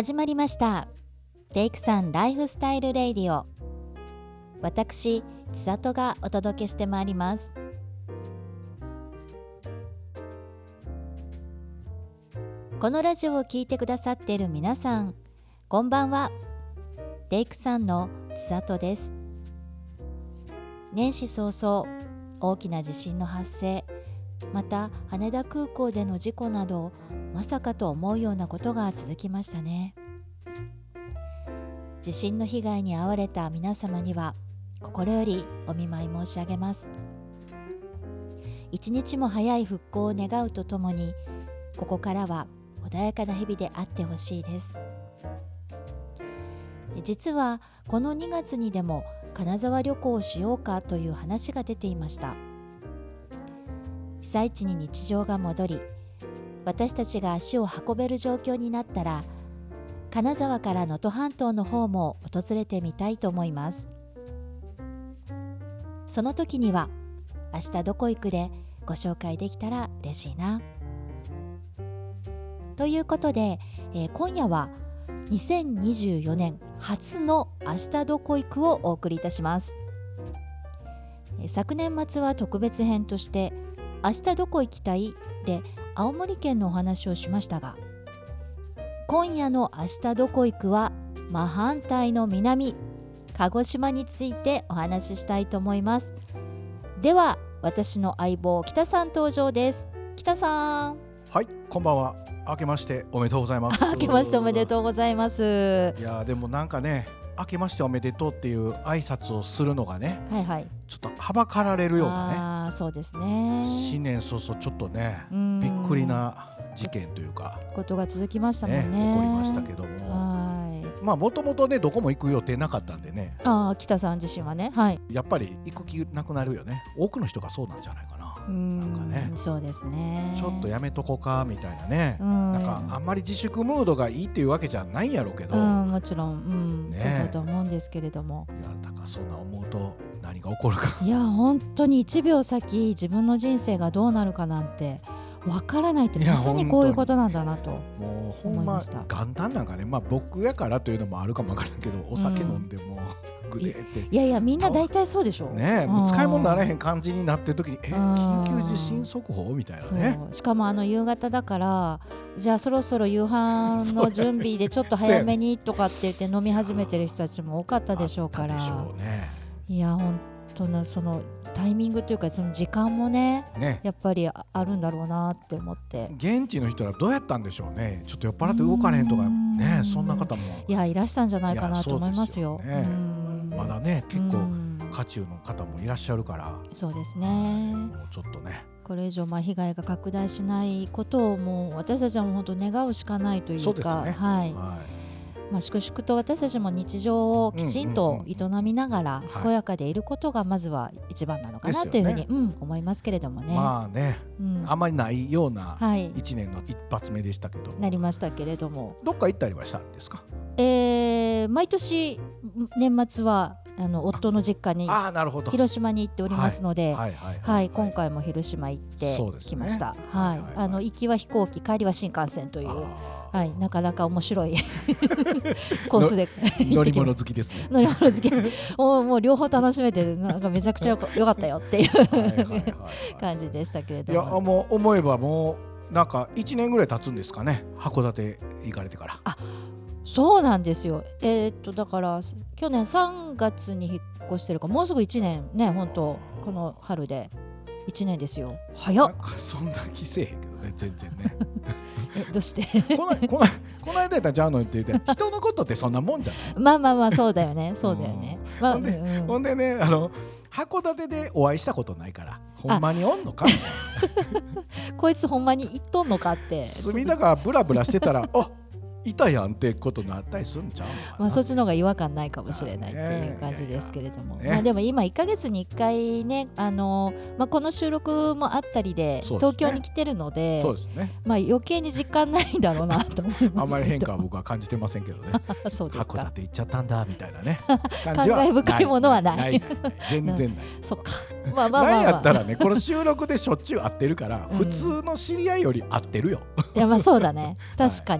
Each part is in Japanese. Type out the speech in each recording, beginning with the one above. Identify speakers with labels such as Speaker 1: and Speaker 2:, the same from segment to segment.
Speaker 1: 始まりましたテイクさんライフスタイルレイディオ。私千里がお届けしてまいります。このラジオを聞いてくださっている皆さん、こんばんは。テイクさんの千里です。年始早々、大きな地震の発生、また羽田空港での事故など、まさかと思うようなことが続きましたね。地震の被害に遭われた皆様には心よりお見舞い申し上げます。一日も早い復興を願うとともに、ここからは穏やかな日々であってほしいです。実はこの2月にでも金沢旅行をしようかという話が出ていました。被災地に日常が戻り、私たちが足を運べる状況になったら、金沢から能登半島の方も訪れてみたいと思います。その時には明日どこ行くでご紹介できたら嬉しいな。ということで、今夜は2024年初の明日どこ行くをお送りいたします。昨年末は特別編として明日どこ行きたいで青森県のお話をしましたが、今夜の明日どこ行くは真反対の南、鹿児島についてお話ししたいと思います。では私の相棒北さん登場です。北さん。
Speaker 2: はい、こんばんは。明けましておめでとうございます。
Speaker 1: 明けましておめでとうございます。
Speaker 2: いやでもなんかね、明けましておめでとうっていう挨拶をするのがね、
Speaker 1: はいはい、
Speaker 2: ちょっとはばかられるようなね。
Speaker 1: あ、そうですね。
Speaker 2: 新年早々ちょっとね、びっくりな事件というか
Speaker 1: ことが続きましたもんね。
Speaker 2: 起こりましたけども、まあもともとねどこも行く予定なかったんでね。
Speaker 1: 北さん自身はね、はい、
Speaker 2: やっぱり行く気なくなるよね。多くの人がそうなんじゃないかな。なんかね、
Speaker 1: そうですね。
Speaker 2: ちょっとやめとこうかみたいなね。なんかあんまり自粛ムードがいいっていうわけじゃないんやろうけど、
Speaker 1: もちろん、そうだと思うんですけれども、
Speaker 2: いやだからそんな思うと何が起こるか、
Speaker 1: いや本当に1秒先自分の人生がどうなるかなんてわからないって、まさにこういうことなんだなと
Speaker 2: もうほんま
Speaker 1: 思いました。
Speaker 2: 元旦なんかね、まあ僕やからというのもあるかもわからんけど、お酒飲んでもグデーって、
Speaker 1: いやいやみんな大体そうでしょ
Speaker 2: ね、もう使い物にならへん感じになってる時に緊急地震速報みたいなね。
Speaker 1: しかも夕方だから、じゃあそろそろ夕飯の準備でちょっと早めにとかって言って飲み始めてる人たちも多かったでしょうから、いや本当のそのタイミングというかその時間もねやっぱりあるんだろうなって思って。
Speaker 2: 現地の人はどうやったんでしょうね。ちょっと酔っ払って動かれへんとかね、そんな方も
Speaker 1: いらしたんじゃないかなと思いますよ。
Speaker 2: まだね結構渦中の方もいらっしゃるから。そうですね。もうちょっとね
Speaker 1: これ以上被害が拡大しないことをもう私たちはもう本当願うしかないというか、
Speaker 2: そうですね、
Speaker 1: はい、粛々と私たちも日常をきちんと営みながら健やかでいることがまずは一番なのかなというふうに、思いますけれどもね。
Speaker 2: まあね、あんまりないような1年の一発目でしたけど、
Speaker 1: なりましたけれども、
Speaker 2: どっか行ったりはしたんですか？
Speaker 1: 毎年年末は夫の実家に広島に行っておりますので、今回も広島行ってきました。行きは飛行機、帰りは新幹線という、なかなか面白いコースで
Speaker 2: 乗り物好きですね。
Speaker 1: 乗り物好きもう両方楽しめて、なんかめちゃくちゃよかったよっていう感じでしたけれども。
Speaker 2: いやもう思えばもうなんか1年ぐらい経つんですかね、函館行かれてから。
Speaker 1: そうなんですよ。だから去年3月に引っ越してるから、もうすぐ1年ね。本当この春で1年ですよ。早っ。
Speaker 2: なんかそんな気せえへんけどね、全然ね
Speaker 1: どうして
Speaker 2: この間やったらじゃあのって言って人のことってそんなもんじゃない
Speaker 1: まあそうだよねそうだよね。
Speaker 2: ほんでね、函館でお会いしたことないから、ほんまにおんのか
Speaker 1: こいつほんまに行っとんのかって、
Speaker 2: 隅田川ブラブラしてたらいたやんってことになったりするんちゃうのかな。
Speaker 1: そっちの方が違和感ないかもしれないっていう感じですけれども、でも今1ヶ月に1回ね、この収録もあったりで東京に来てるので、余計に実感ないんだろうなと思いますけど、
Speaker 2: あんまり変化は僕は感じてませんけどね
Speaker 1: そうですか。
Speaker 2: 函館行っちゃったんだみたいなね
Speaker 1: 感慨深いものはない
Speaker 2: 全然ない。
Speaker 1: そっか。
Speaker 2: なんやったらね、この収録でしょっちゅう会ってるから、普通の知り合いより会ってるよ。
Speaker 1: いやそうだね確かに。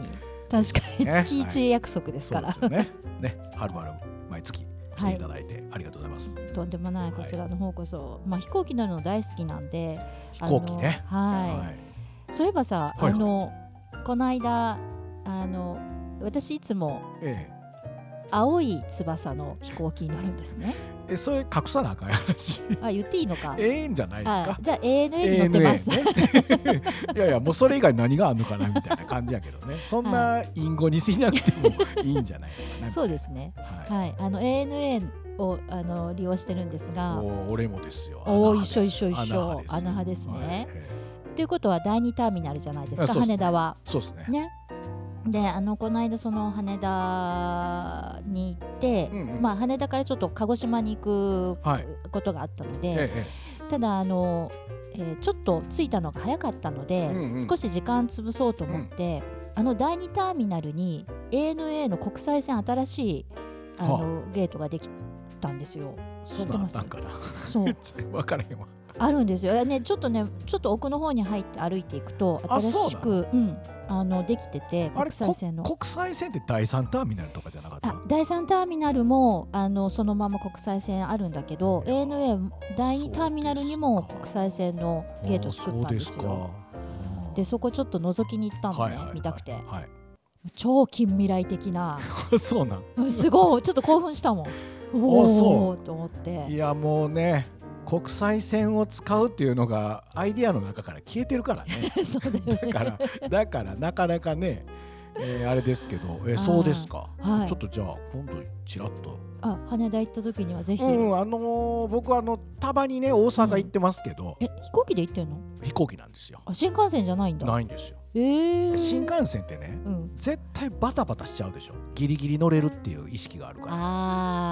Speaker 1: 確かに月1約束ですから、
Speaker 2: そうですよね。はるばる毎月来ていただいてありがとうございます。
Speaker 1: とんでもない、こちらの方こそ、飛行機乗るの大好きなんで。
Speaker 2: 飛行機ね。
Speaker 1: そういえばさ、この間私いつも、青い翼の飛行機に乗るんですね。
Speaker 2: それ隠さなあかん話。
Speaker 1: 言っていいのか。
Speaker 2: んじゃないですか。
Speaker 1: じゃあ ANA に乗ってます。
Speaker 2: いやいや、もうそれ以外何があるのかなみたいな感じやけどね。そんな隠語にしなくてもいいんじゃないかな。
Speaker 1: そうですね。ANA を利用してるんですが。
Speaker 2: 俺もですよ。
Speaker 1: 一緒。アナハですね。ということは第2ターミナルじゃないですか、羽田は。
Speaker 2: そうですね。
Speaker 1: でこの間その羽田に行って、羽田からちょっと鹿児島に行くことがあったので、ただちょっと着いたのが早かったので、少し時間潰そうと思って、第2ターミナルに ANA の国際線新しいゲートができたんですよ。
Speaker 2: 知ってます？
Speaker 1: そう
Speaker 2: 分からへんわ。
Speaker 1: あるんですよね。ちょっと奥の方に入って歩いていくと新しくできてて、国際線の。
Speaker 2: 国際線って第3ターミナルとかじゃなかった？
Speaker 1: 第3ターミナルもそのまま国際線あるんだけど、 ANA 第2ターミナルにも国際線のゲート作ったんですよ。でそこちょっと覗きに行ったのね、見たくて。超近未来的な
Speaker 2: そうなん
Speaker 1: すごいちょっと興奮したもん。おおと思って。
Speaker 2: いやもうね、国際線を使うっていうのがアイディアの中から消えてるからね。
Speaker 1: そうだよね。
Speaker 2: だからなかなかね、あれですけど、そうですか。ちょっとじゃあ今度ちらっと
Speaker 1: 羽田行った時にはぜひ。
Speaker 2: 僕たまにね大阪行ってますけど。
Speaker 1: 飛行機で行ってんの？
Speaker 2: 飛行機なんですよ。
Speaker 1: 新幹線じゃないんだ。
Speaker 2: ないんですよ。新幹線ってね、絶対バタバタしちゃうでしょ。ギリギリ乗れるっていう意識があるから。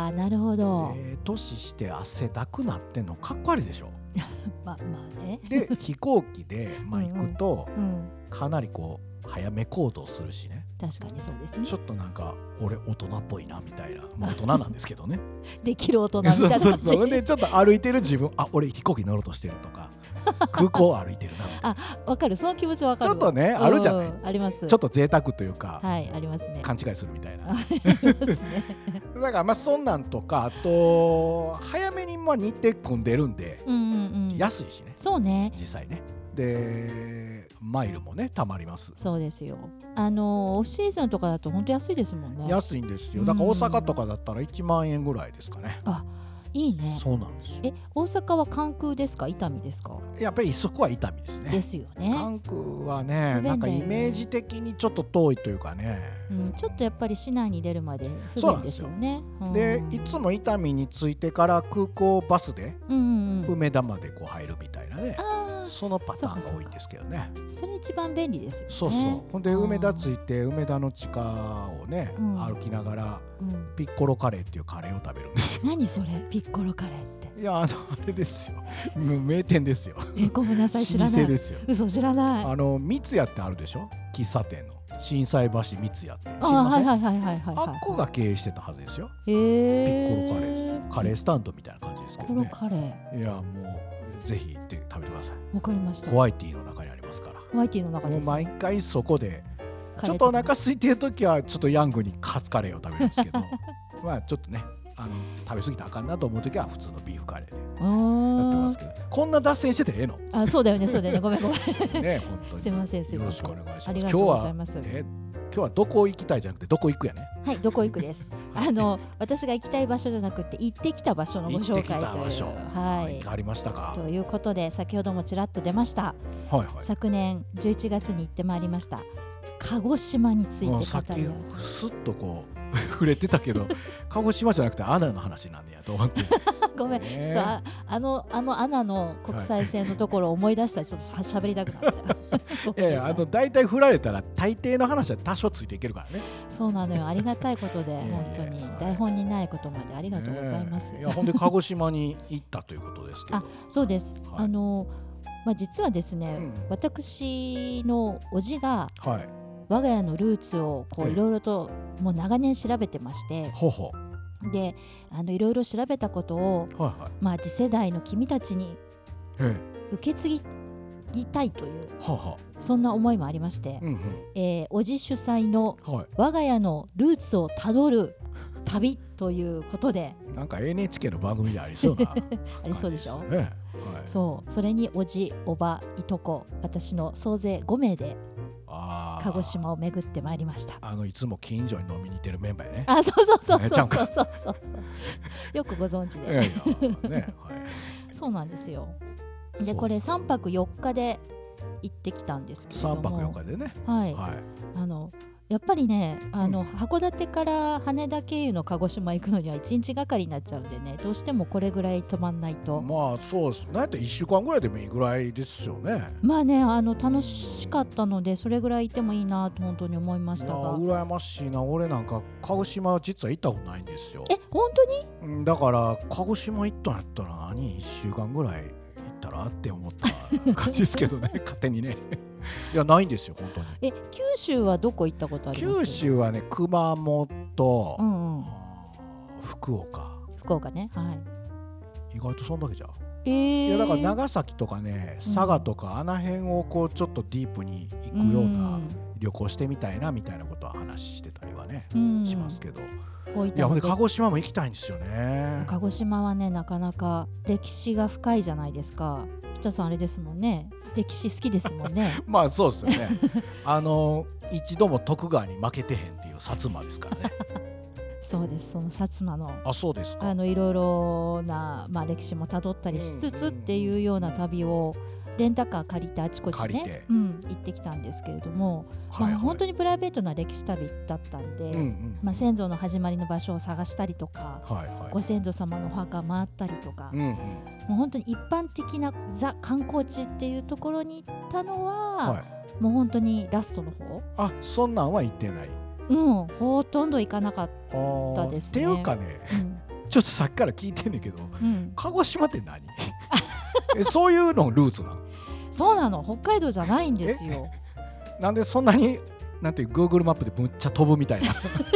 Speaker 1: なるほど。
Speaker 2: 年して汗だくなってんのかっこ悪いでしょ。
Speaker 1: まあね。
Speaker 2: で飛行機で行くとかなりこう早め行動するしね。
Speaker 1: 確かにそうですね。
Speaker 2: ちょっとなんか俺大人っぽいなみたいな、大人なんですけどね。
Speaker 1: できる大人みたいな感じ。
Speaker 2: そうでちょっと歩いてる自分、俺飛行機乗ろうとしてるとか空港を歩いてるな。
Speaker 1: わかる、その気持ちわかる。
Speaker 2: ちょっとねあるじゃない。
Speaker 1: あります。
Speaker 2: ちょっと贅沢というか、
Speaker 1: ありますね。
Speaker 2: 勘違いするみたいな。
Speaker 1: だ
Speaker 2: からそんなんとか、あと早めに日程組んでるんで安いしね。
Speaker 1: そうね、
Speaker 2: 実際ね。でマイルもねたまります。
Speaker 1: そうですよ。オフシーズンとかだと本当安いですもんね。
Speaker 2: 安いんですよ。だから大阪とかだったら1万円ぐらいですかね。
Speaker 1: いいね。
Speaker 2: そうなんですよ。
Speaker 1: 大阪は関空ですか、伊丹ですか？
Speaker 2: やっぱりそこは伊丹ですね。
Speaker 1: ですよね。
Speaker 2: 関空はね、なんかイメージ的にちょっと遠いというかね、
Speaker 1: ちょっとやっぱり市内に出るまで不便ですよね。
Speaker 2: でいつも伊丹に着いてから空港バスで梅田までこう入るみたいなね、そのパターンが多いんですけどね。
Speaker 1: それ一番便利ですよね。
Speaker 2: そうそう。ほんで梅田着いて梅田の地下をね歩きながらピッコロカレーっていうカレーを食べるんですよ。
Speaker 1: 何それピッコロカレーって？
Speaker 2: いやあれですよ。名店ですよ。
Speaker 1: ごめんなさい、知らない。
Speaker 2: 老舗ですよ。
Speaker 1: 嘘、知らない。
Speaker 2: 三ツ矢ってあるでしょ、喫茶店の心斎橋三ツ矢って知りません？あっこが経営してたはずですよ。ピッコロカレーですよ。カレースタンドみたいな感じですけどね。
Speaker 1: ピッコロカレ
Speaker 2: ー、いやもうぜひ行って食べてください。
Speaker 1: わかりました。
Speaker 2: ホワイティーの中にありますから。
Speaker 1: ホワイティーの中です。
Speaker 2: 毎回そこでちょっとお腹空いてる時はちょっとヤングにカツカレーを食べるんですけどまあちょっとね食べ過ぎたらあかんなと思う時は普通のビーフカレーでやってますけど、こんな脱線しててええの？
Speaker 1: そうだよね、そうだよね、ごめんね
Speaker 2: 本当に
Speaker 1: すいません。よ
Speaker 2: ろしくお願いします。
Speaker 1: ありがとうございます。
Speaker 2: 今日はどこ行きたいじゃなくてどこ行くやね。
Speaker 1: はい、どこ行くです。私が行きたい場所じゃなくて行ってきた場所のご紹介という。
Speaker 2: ありましたか。
Speaker 1: ということで先ほどもちらっと出ました。昨年11月に行ってまいりました鹿児島について語る。
Speaker 2: さっきスッとこう触れてたけど鹿児島じゃなくてアナの話なんねやと思って
Speaker 1: ごめん、ちょっとアナの国際線のところを思い出したらちょっと喋りたくなった
Speaker 2: いや大体振られたら大抵の話は多少ついていけるからね。
Speaker 1: そうなのよ、ありがたいことで本当に台本にないことまでありがとうございます。
Speaker 2: いやほんで鹿児島に行ったということですけど
Speaker 1: そうです。実はですね、私の叔父が、我が家のルーツをいろいろともう長年調べてまして、でいろいろ調べたことを、次世代の君たちに受け継ぎぎたいという、
Speaker 2: はは、
Speaker 1: そんな思いもありまして、
Speaker 2: うんうん、
Speaker 1: おじ主催の
Speaker 2: はい、
Speaker 1: 我が家のルーツをたどる旅ということで、
Speaker 2: なんか NHK の番組でありそうな
Speaker 1: ありそうでしょ、
Speaker 2: ね、はい、
Speaker 1: そう、それにおじ、おば、いとこ、私の総勢5名で鹿児島を巡ってまいりました。
Speaker 2: いつも近所に飲みに行ってるメンバーやね。
Speaker 1: あ、そうそうそうそうそうそうそう、よくご存知で。
Speaker 2: いやいやね、はい、
Speaker 1: そうなんですよ。でこれ3泊4日で行ってきたんですけれども、
Speaker 2: 3泊4日でね、
Speaker 1: はい、
Speaker 2: はい、
Speaker 1: やっぱりね、函館から羽田経由の鹿児島行くのには1日がかりになっちゃうんでね、どうしてもこれぐらい泊まんないと。
Speaker 2: まあそうです。なんやったら1週間ぐらいでもいいぐらいですよね。
Speaker 1: まあね、楽しかったのでそれぐらいいてもいいなと本当に思いましたが。
Speaker 2: 羨ましいな。俺なんか鹿児島実は行ったことないんですよ。
Speaker 1: 本当
Speaker 2: に？だから鹿児島行ったんやったら1週間ぐらい行ったらって思った感じですけどね勝手にねいやないんですよ本当に。
Speaker 1: 九州はどこ行ったことあります？
Speaker 2: 九州はね、熊本、
Speaker 1: うんうん、
Speaker 2: 福岡
Speaker 1: ね、はい、
Speaker 2: 意外とそんだけじゃ。
Speaker 1: い
Speaker 2: やだから長崎とかね、佐賀とか、あの辺をこうちょっとディープに行くような旅行してみたいなみたいなことは話してたりはね、しますけど、いやほんで鹿児島も行きたいんですよね。
Speaker 1: 鹿児島はね、なかなか歴史が深いじゃないですか。北さんあれですもんね、歴史好きですもんね
Speaker 2: まあそうですよね一度も徳川に負けてへんっていう薩摩ですからね
Speaker 1: そうです、その薩摩の
Speaker 2: そうですか、
Speaker 1: いろいろな、歴史もたどったりしつつっていうような旅をレンタカー借りてあちこちね、行ってきたんですけれども、本当にプライベートな歴史旅だったんで、先祖の始まりの場所を探したりとか、ご先祖様のお墓回ったりとか、もう本当に一般的なザ観光地っていうところに行ったのは、もう本当にラストの方。
Speaker 2: そんなんは行ってない。
Speaker 1: ほとんど行かなかったですね。
Speaker 2: っていうかね、ちょっとさっきから聞いてんねんけど、鹿児島って何そういうのルーツなの？
Speaker 1: そうなの、北海道じゃないんですよ。
Speaker 2: なんでそんなになんていう Google マップでむっちゃ飛ぶみたいな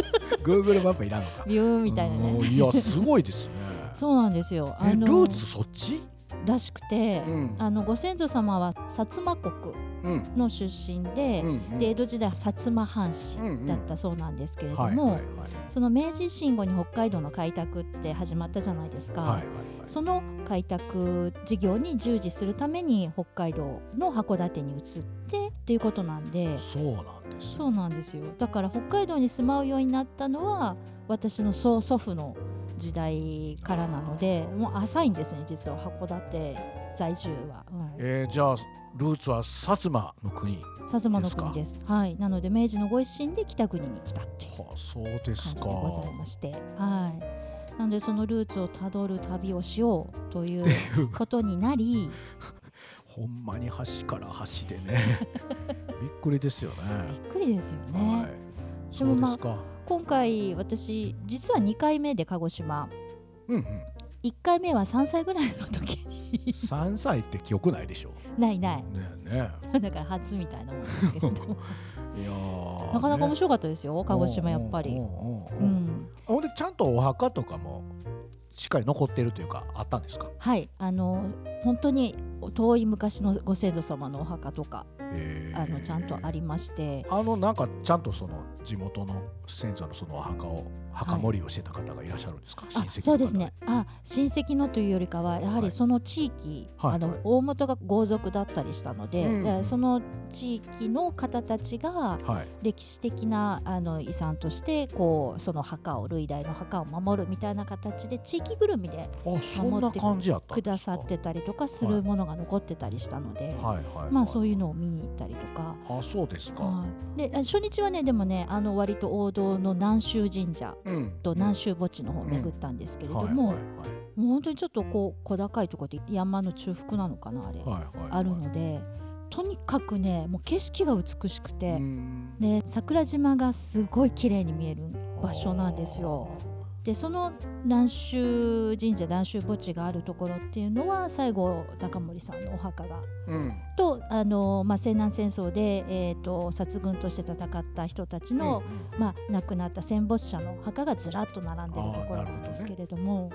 Speaker 2: Google マップいらんのか
Speaker 1: ビューみたいなね。
Speaker 2: いやすごいですね
Speaker 1: そうなんですよ。
Speaker 2: ルーツそっち
Speaker 1: らしくて、ご先祖様は薩摩国の出身で、江戸時代は薩摩藩士だったそうなんですけれども、その明治維新後に北海道の開拓って始まったじゃないですか。その開拓事業に従事するために北海道の函館に移ってっていうことなんで。そうなんですよ。だから北海道に住まうようになったのは私の祖父の時代からなので、もう浅いんですね、実は函館在住は。
Speaker 2: じゃあルーツは薩摩の国ですか？
Speaker 1: 薩摩の国です。はい。なので明治のご一新で北国に来たっていう
Speaker 2: そうですか。
Speaker 1: 感じでございまして、はい。なのでそのルーツをたどる旅をしようということになり
Speaker 2: ほんまに端から端でねびっくりですよね。
Speaker 1: びっくりですよね。でも今回私実は2回目で鹿児島、1回目は3歳ぐらいの時に
Speaker 2: 3歳って記憶ないでしょ？
Speaker 1: ないね
Speaker 2: え
Speaker 1: だから初みたいなもんですけれど
Speaker 2: いや
Speaker 1: なかなか面白かったですよ、鹿児島やっぱり。
Speaker 2: ほんでちゃんとお墓とかもしっかり残っているというかあったんですか？
Speaker 1: はい、本当に遠い昔のご先祖様のお墓とかちゃんとありまして、
Speaker 2: なんかちゃんとその地元の先祖のそのお墓を墓守りをしてた方がいらっしゃるんですか？親戚の方で。
Speaker 1: そうですね。親戚のというよりかはやはりその地域、大元が豪族だったりしたので、その地域の方たちが歴史的な遺産としてこうその墓を、類代の墓を守るみたいな形で地域ぐるみで守ってくださってたりとかするものが残ってたりしたので、そういうのを見に行ったりとか。
Speaker 2: そうですか。
Speaker 1: で初日はね、でもね、割と王道の南州神社と南州墓地の方を巡ったんですけれども、もう本当にちょっとこう小高いところで山の中腹なのかな、あれ、あるので、とにかくね、もう景色が美しくて、で桜島がすごい綺麗に見える場所なんですよ。でその南州神社、南州墓地があるところっていうのは西郷隆盛さんのお墓が、と西南戦争で、殺軍として戦った人たちの、亡くなった戦没者の墓がずらっと並んでるところなんですけれども、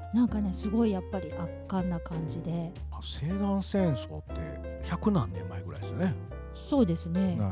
Speaker 1: なんかねすごいやっぱり圧巻な感じで。
Speaker 2: 西南戦争って100何年前ぐらいですよね。
Speaker 1: そうですね、
Speaker 2: ね、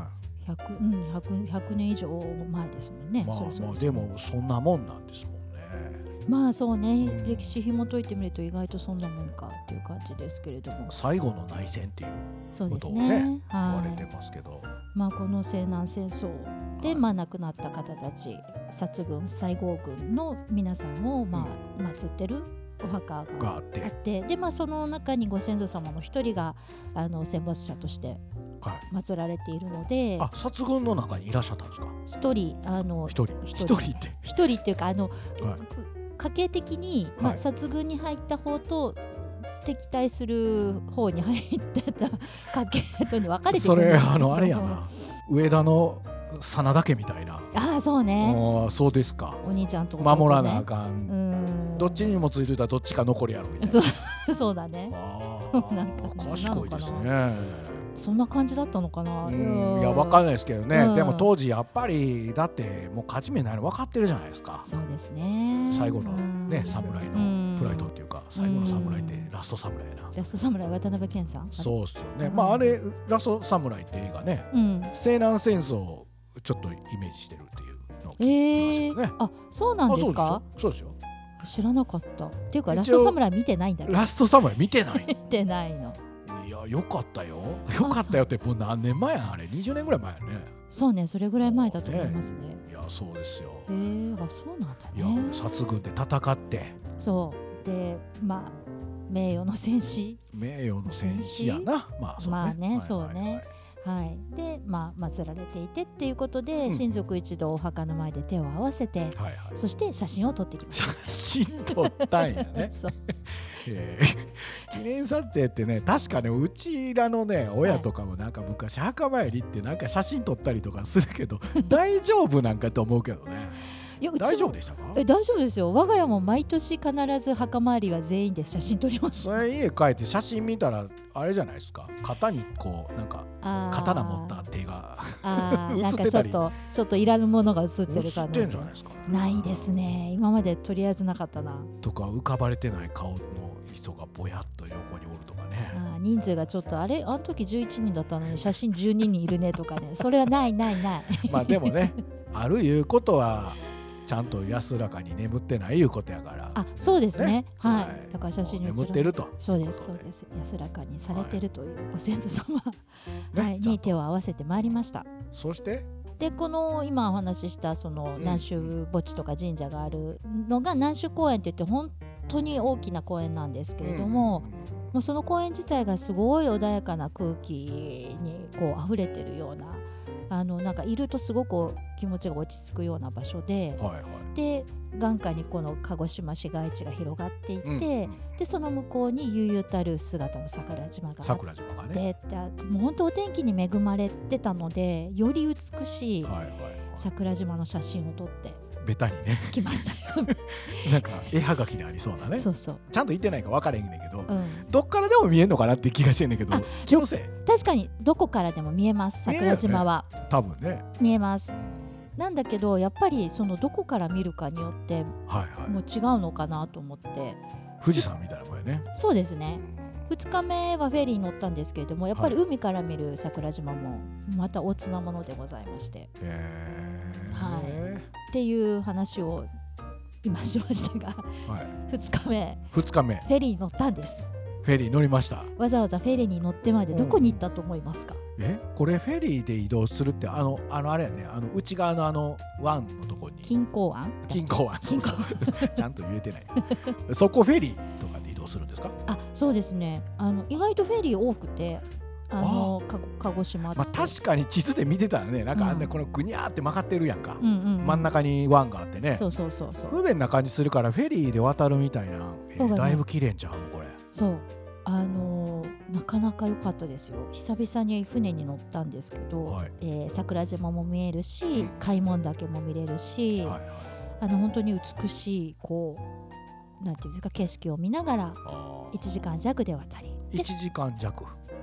Speaker 1: 100年以上前ですもんね。
Speaker 2: まあ
Speaker 1: そう
Speaker 2: まあでもそんなもんなんですもんね。
Speaker 1: まあそうね、
Speaker 2: うん
Speaker 1: 歴史紐解いてみると意外とそんなもんかっていう感じですけれども。
Speaker 2: 最後の内戦っていう
Speaker 1: そうです
Speaker 2: ことをね
Speaker 1: ね、
Speaker 2: 言われ
Speaker 1: は
Speaker 2: てますけど、
Speaker 1: い。まあこの西南戦争で、
Speaker 2: はい
Speaker 1: まあ亡くなった方たち、薩軍西郷軍の皆さんをまあ祀ってるお墓があっ
Speaker 2: があって、
Speaker 1: て、でまあその中にご先祖様の一人が戦没者として
Speaker 2: はい、
Speaker 1: 祀られているので、
Speaker 2: 殺軍の中にいらっしゃったんですか。
Speaker 1: 一人
Speaker 2: 一人って
Speaker 1: 一人っていうか
Speaker 2: はい
Speaker 1: 家系的に、まあ、
Speaker 2: はい
Speaker 1: 殺軍に入った方と敵対する方に入ってた家系とに分かれて
Speaker 2: それ
Speaker 1: るんですけど
Speaker 2: あれやな、上田の真田家みたいな。
Speaker 1: ああそうね、
Speaker 2: そうですか。
Speaker 1: お兄ちゃんと弟ね
Speaker 2: 守らなあかん、
Speaker 1: うん
Speaker 2: どっちにもついてたらどっちか残りやろみたいな。
Speaker 1: そうだね。そんな感じなのかな
Speaker 2: 賢いですね。
Speaker 1: そんな感じだったのかな。
Speaker 2: いや分かんないですけどね、
Speaker 1: うん
Speaker 2: でも当時やっぱりだってもう勝ち目ないの分かってるじゃないですか。
Speaker 1: そうですね。
Speaker 2: 最後のね、
Speaker 1: うん
Speaker 2: 侍のプライドっていうか、最後の侍ってラスト侍やな。
Speaker 1: ラストサムライ渡辺謙さん。
Speaker 2: そうっすよね。
Speaker 1: うん
Speaker 2: まああれラスト侍って映画ね、
Speaker 1: うん。
Speaker 2: 西南戦争をちょっとイメージしてるっていうのを聞きましたけどね。
Speaker 1: あそうなんですか。
Speaker 2: そうですよ。
Speaker 1: 知らなかった。っていうか
Speaker 2: 一応
Speaker 1: ラストサムライ見てないんだけど。
Speaker 2: ラスト侍見てない
Speaker 1: 見てないの。
Speaker 2: いやよかったよ。よかったよってもう何年前やんあれ、20年ぐらい前やね。
Speaker 1: そうね、それぐらい前だと思いますね。
Speaker 2: いやそうですよ。
Speaker 1: あそうなんだ
Speaker 2: いや
Speaker 1: ね。
Speaker 2: 殺軍で戦って
Speaker 1: そうでまあ名誉の戦士。
Speaker 2: 名誉の戦士やな。まあそうね。
Speaker 1: まあね
Speaker 2: はい
Speaker 1: そうね
Speaker 2: はいはい
Speaker 1: はいでまあ祀られていてっていうことで、
Speaker 2: うん
Speaker 1: 親族一同お墓の前で手を合わせて、
Speaker 2: はいはい。
Speaker 1: そして写真を撮ってきまし
Speaker 2: 写真撮ったんや
Speaker 1: た。
Speaker 2: ね。
Speaker 1: そう
Speaker 2: 記念撮影ってね、確かねうちらのね親とかもなんか昔墓参りってなんか写真撮ったりとかするけど大丈夫なんかと思うけどね。
Speaker 1: いやうちも
Speaker 2: 大丈夫でしたか。
Speaker 1: 大丈夫ですよ。我が家も毎年必ず墓参りは全員で写真撮ります。
Speaker 2: それ家帰って写真見たらあれじゃないですか、肩にこうなんか刀持った手が
Speaker 1: なんか
Speaker 2: 写ってたり
Speaker 1: ちょっといらぬものが写ってる
Speaker 2: 写っ
Speaker 1: 感じ
Speaker 2: てんじゃないですか。
Speaker 1: ないですね。今までとりあえずなかったな。
Speaker 2: とか浮かばれてない顔の人がぼやっと横におるとかね。
Speaker 1: 人数がちょっとあの時11人だったのに写真12人いるねとかね。それはない
Speaker 2: まあでもねあるいうことはちゃんと安らかに眠ってないいうことやから。
Speaker 1: あそうですねはい、
Speaker 2: はい
Speaker 1: だから写真に写る
Speaker 2: 眠ってると。
Speaker 1: そうですそうです。安らかにされてるというお先祖様、はい、
Speaker 2: ねちゃんと
Speaker 1: に手を合わせてまいりました。
Speaker 2: そして
Speaker 1: でこの今お話ししたその
Speaker 2: ん
Speaker 1: 南州墓地とか神社があるのが南州公園って言って本当に大きな公園なんですけれども、もうその公園自体がすごい穏やかな空気にこう溢れてるようななんかいるとすごく気持ちが落ち着くような場所で、
Speaker 2: はいはい。
Speaker 1: で眼下にこの鹿児島市街地が広がっていて、
Speaker 2: うん
Speaker 1: でその向こうに悠々たる姿の桜島があっ
Speaker 2: 桜島がね。
Speaker 1: て、もう本当お天気に恵まれてたのでより美しい
Speaker 2: はいはいはい。
Speaker 1: 桜島の写真を撮って
Speaker 2: ベタにね
Speaker 1: きましたよ。
Speaker 2: なんか絵はがきでありそうだね。
Speaker 1: そうそう、
Speaker 2: ちゃんと言ってないか分からへんねんけど、
Speaker 1: うん、
Speaker 2: どっからでも見えんのかなって気がしてんねんけど、気のせい
Speaker 1: 確かにどこからでも見えます桜島は
Speaker 2: 多分ね。
Speaker 1: 見えます。なんだけどやっぱりそのどこから見るかによって
Speaker 2: はいはい。
Speaker 1: もう違うのかなと思って、
Speaker 2: 富士山みたいなもんやね。
Speaker 1: そうですね。2日目はフェリーに乗ったんですけれども、やっぱり海から見る桜島もまたおつなものでございまして、はっていう話を今しましたが、
Speaker 2: はい。
Speaker 1: 2日目
Speaker 2: 2日目
Speaker 1: フェリーに乗ったんです。
Speaker 2: フェリー乗りました。
Speaker 1: わざわざフェリーに乗ってまでどこに行ったと思いますか？
Speaker 2: これフェリーで移動するってあれやね、内側の湾のとこに
Speaker 1: 錦江湾
Speaker 2: 近郊湾、そうそうちゃんと言えてないそこフェリーとかで移動するんですか？
Speaker 1: そうですね。意外とフェリー多くて鹿児島って、
Speaker 2: まあ確かに地図で見てたらね、なんかあん
Speaker 1: う
Speaker 2: なんこのぐにゃーって曲がってるやんか、
Speaker 1: うん
Speaker 2: 真ん中に湾があってね、
Speaker 1: そうそうそうそう
Speaker 2: 不便な感じするからフェリーで渡るみたいな、
Speaker 1: そうだね
Speaker 2: だいぶ綺麗んちゃうのこれ。
Speaker 1: そうなかなか良かったですよ。久々に船に乗ったんですけど、
Speaker 2: はい
Speaker 1: 桜島も見えるし、
Speaker 2: うん
Speaker 1: 開門岳も見れるし、
Speaker 2: はいはい
Speaker 1: 本当に美しいこうなんていうんですか景色を見ながら1時間弱で渡りで、
Speaker 2: 1時間弱、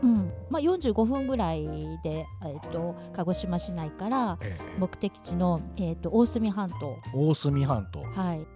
Speaker 1: 45分ぐらいで、鹿児島市内から目的地の、大隅半島、
Speaker 2: 大隅半島、
Speaker 1: はい、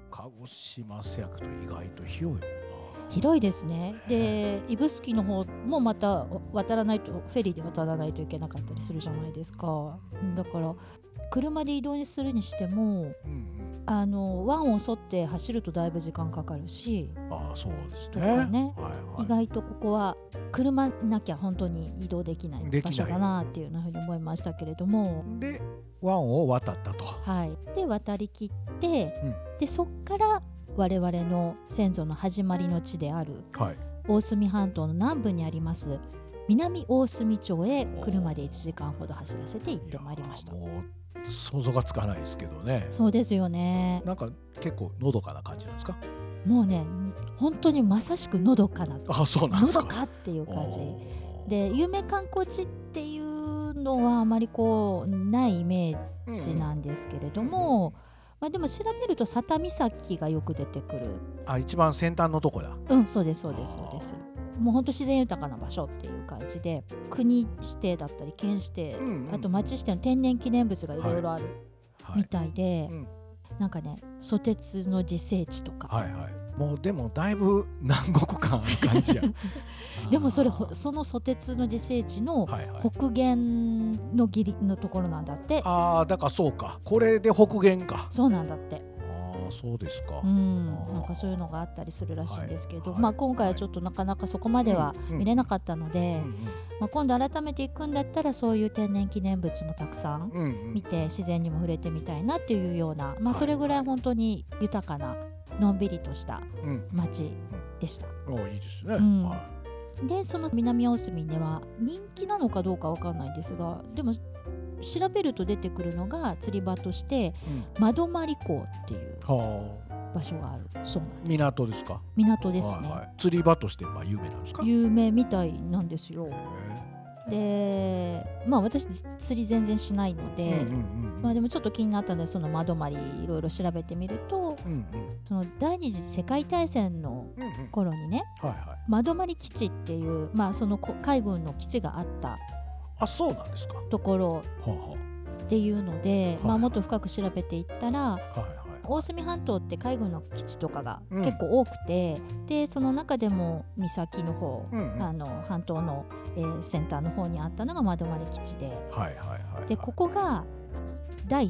Speaker 2: 鹿児島せやけど意外と広いもんな。
Speaker 1: 広いですね。で指宿の方もまた渡らないと、フェリーで渡らないといけなかったりするじゃないですか。だから車で移動にするにしても、湾を沿って走るとだいぶ時間かかるし、
Speaker 2: そうですね。
Speaker 1: とかね、
Speaker 2: はいはい、
Speaker 1: 意外とここは車なきゃ本当に移動できない場所だなっていうふうに思いましたけれども、
Speaker 2: で湾を渡ったと、
Speaker 1: はい、で渡りきって、でそっから我々の先祖の始まりの地である、大隅半島の南部にあります南大隅町へ車で1時間ほど走らせて行ってまいりました。
Speaker 2: もう想像がつかないですけどね。
Speaker 1: そうですよね。
Speaker 2: なんか結構のどかな感じなんですか？
Speaker 1: もうね、本当にまさしくのどかな、
Speaker 2: そうなんですか。
Speaker 1: のどかっていう感じで、有名観光地っていうのはあまりこうないイメージなんですけれども、でも調べると佐多岬がよく出てくる。
Speaker 2: 一番先端のとこだ。
Speaker 1: そうですそうですそうです。もう本当自然豊かな場所っていう感じで、国指定だったり県指定、あと町指定の天然記念物がいろいろあるみたいで、なんかね、ソテツの自生地とか、もう
Speaker 2: でもだいぶ南国感ある感じや
Speaker 1: でもそのソテツの自生地の北限のギリのところなんだって。
Speaker 2: だからそうか、これで北限か。
Speaker 1: そうなんだって。
Speaker 2: そうですか。
Speaker 1: なんかそういうのがあったりするらしいんですけど、今回はちょっとなかなかそこまでは見れなかったので、今度改めて行くんだったらそういう天然記念物もたくさん見て、自然にも触れてみたいなっていうような、それぐらい本当に豊かなのんびりとした街でした。
Speaker 2: いいですね。
Speaker 1: でその南大隅では人気なのかどうかわかんないんですが、でも調べると出てくるのが釣り場として窓鞠港っていう場所があるそうなんです。
Speaker 2: 港ですか？
Speaker 1: 港ですね。
Speaker 2: 釣り場として有名なんですか？
Speaker 1: 有名みたいなんですよ。で私釣り全然しないので、でもちょっと気になったので、その窓鞠いろいろ調べてみると、その第二次世界大戦の頃にね、窓鞠基地っていう、その海軍の基地があった
Speaker 2: そうなんですか
Speaker 1: ところっていうので、もっと深く調べていったら、大隅半島って海軍の基地とかが結構多くて、でその中でも岬の方、半島の、先端の方にあったのが窓鞠基地で、でここが第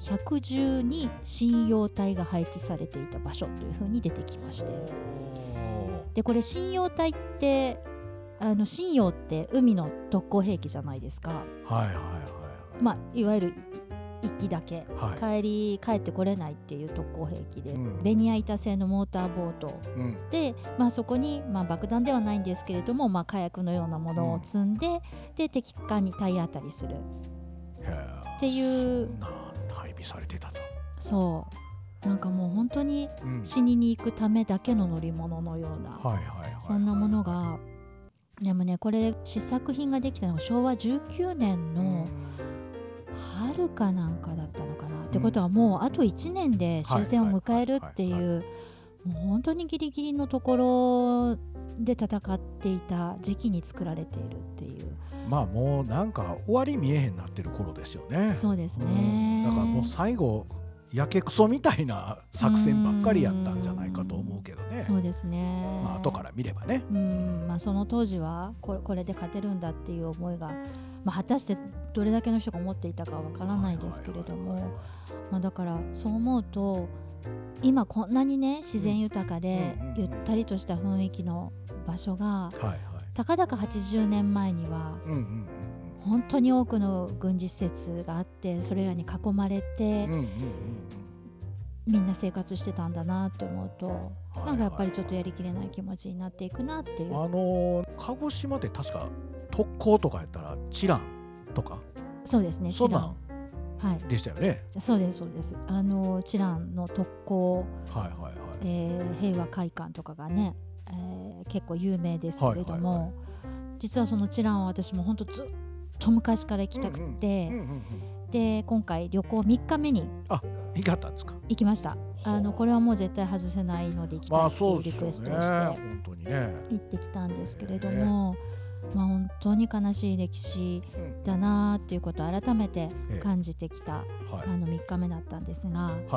Speaker 1: 112信用隊が配置されていた場所というふうに出てきまして、でこれ信用隊って信用って海の特攻兵器じゃないですか。いわゆる1機だけ、帰ってこれないっていう特攻兵器で、ベニヤ板製のモーターボートで、そこに、爆弾ではないんですけれども、火薬のようなものを積んで、で敵艦に体当たりするっていう。
Speaker 2: そんな配備されてたと。
Speaker 1: なんかもう本当に死にに行くためだけの乗り物のような、そんなものが。でもね、これ試作品ができたのが昭和19年の春かなんかだったのかな、ってことはもうあと1年で終戦を迎えるっていう、もう本当にギリギリのところで戦っていた時期に作られているっていう。
Speaker 2: もうなんか終わり見えへんなってる頃ですよね。
Speaker 1: そうですね。
Speaker 2: だからもう最後やけくそみたいな作戦ばっかりやったんじゃないかと思うけどね。
Speaker 1: そうですね。
Speaker 2: 後から見ればね。
Speaker 1: その当時はこれで勝てるんだっていう思いが、果たしてどれだけの人が思っていたかわからないですけれども、だからそう思うと、今こんなにね自然豊かでゆったりとした雰囲気の場所が、たかだか80年前には本当に多くの軍事施設があって、それらに囲まれてみんな生活してたんだなって思うと、なんかやっぱりちょっとやりきれない気持ちになっていくなっていう。
Speaker 2: 鹿児島って確か特攻とかやったらチランとか、
Speaker 1: そうですね、
Speaker 2: チランでしたよね。
Speaker 1: そうですそうです。チランの特攻、平和会館とかがね、結構有名ですけれども、実はそのチランは私も本当ずっと昔から行きたくて、で今回旅行3日目に行きました。これはもう絶対外せないので行きたいというリクエストをして行ってきたんですけれども、本当に悲しい歴史だなっていうことを改めて感じてきた3日目だったんですが、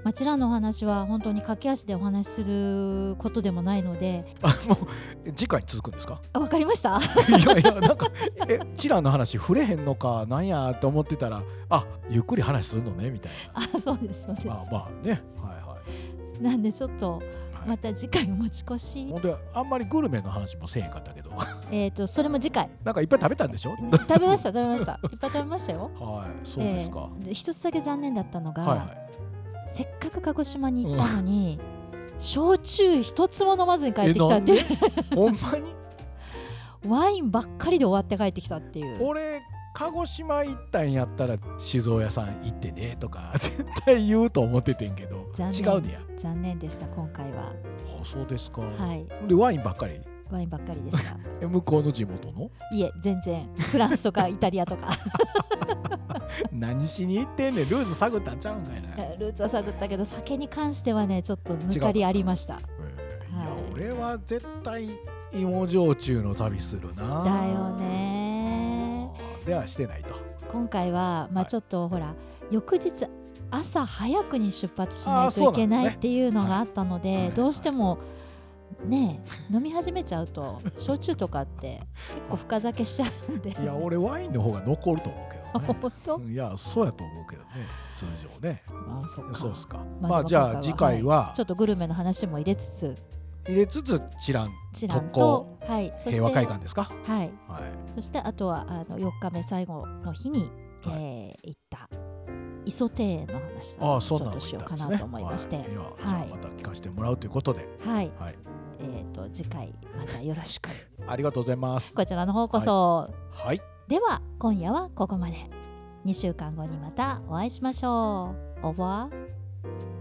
Speaker 1: チラのお話は本当に駆け足でお話しすることでもないので、
Speaker 2: もう次回に続くんですか？
Speaker 1: わかりました。
Speaker 2: いやなんかチラの話触れへんのかなんやと思ってたら、ゆっくり話するのねみたいな。
Speaker 1: そうですそうです。
Speaker 2: まあね、はい
Speaker 1: なんでちょっとまた次回持ち越し。
Speaker 2: ほんであんまりグルメの話もせえへんかったけど
Speaker 1: それも次回。
Speaker 2: なんかいっぱい食べたんでしょ？
Speaker 1: 食べましたいっぱい食べましたよ。
Speaker 2: はい、そうですか。
Speaker 1: 一つだけ残念だったのが、せっかく鹿児島に行ったのに、焼酎一つも飲まずに帰ってきたっていう。
Speaker 2: ほんまに
Speaker 1: ワインばっかりで終わって帰ってきたっていう。
Speaker 2: 俺鹿児島行ったんやったら酒造屋さん行ってねとか絶対言うと思っててんけど、違うねや。
Speaker 1: 残念でした今回は。
Speaker 2: そうですか。
Speaker 1: はい。
Speaker 2: でワインばっかり
Speaker 1: でした
Speaker 2: 向こうの地元の？
Speaker 1: いえ全然フランスとかイタリアとか
Speaker 2: 何しに行ってんねん。ルーズ探ったんちゃうんかいな。
Speaker 1: ルーツは探ったけど酒に関してはねちょっと抜かりありました。
Speaker 2: いや俺は絶対芋焼酎の旅するな。
Speaker 1: だよね。
Speaker 2: ではしてないと。
Speaker 1: 今回はちょっとほら翌日朝早くに出発しないといけないっていうのがあったので、どうしてもね飲み始めちゃうと焼酎とかって結構深酒しちゃうんで。
Speaker 2: いや俺ワインの方が残ると思うけどね。
Speaker 1: 本当？
Speaker 2: いやそうやと思うけどね通常ね。そうっすか。じゃあ次回は
Speaker 1: ちょっとグルメの話も入れつつ
Speaker 2: チラン特
Speaker 1: 攻、
Speaker 2: 平和会館ですか？
Speaker 1: はい。そしてあとは4日目最後の日に行った磯庭園の話をちょっとしようかなと思いまして、
Speaker 2: じゃあまた聞かせてもらうということで、
Speaker 1: 次回またよろしく。
Speaker 2: ありがとうございます。
Speaker 1: こちらの方こそ。では今夜はここまで。2週間後にまたお会いしましょう。オーバー。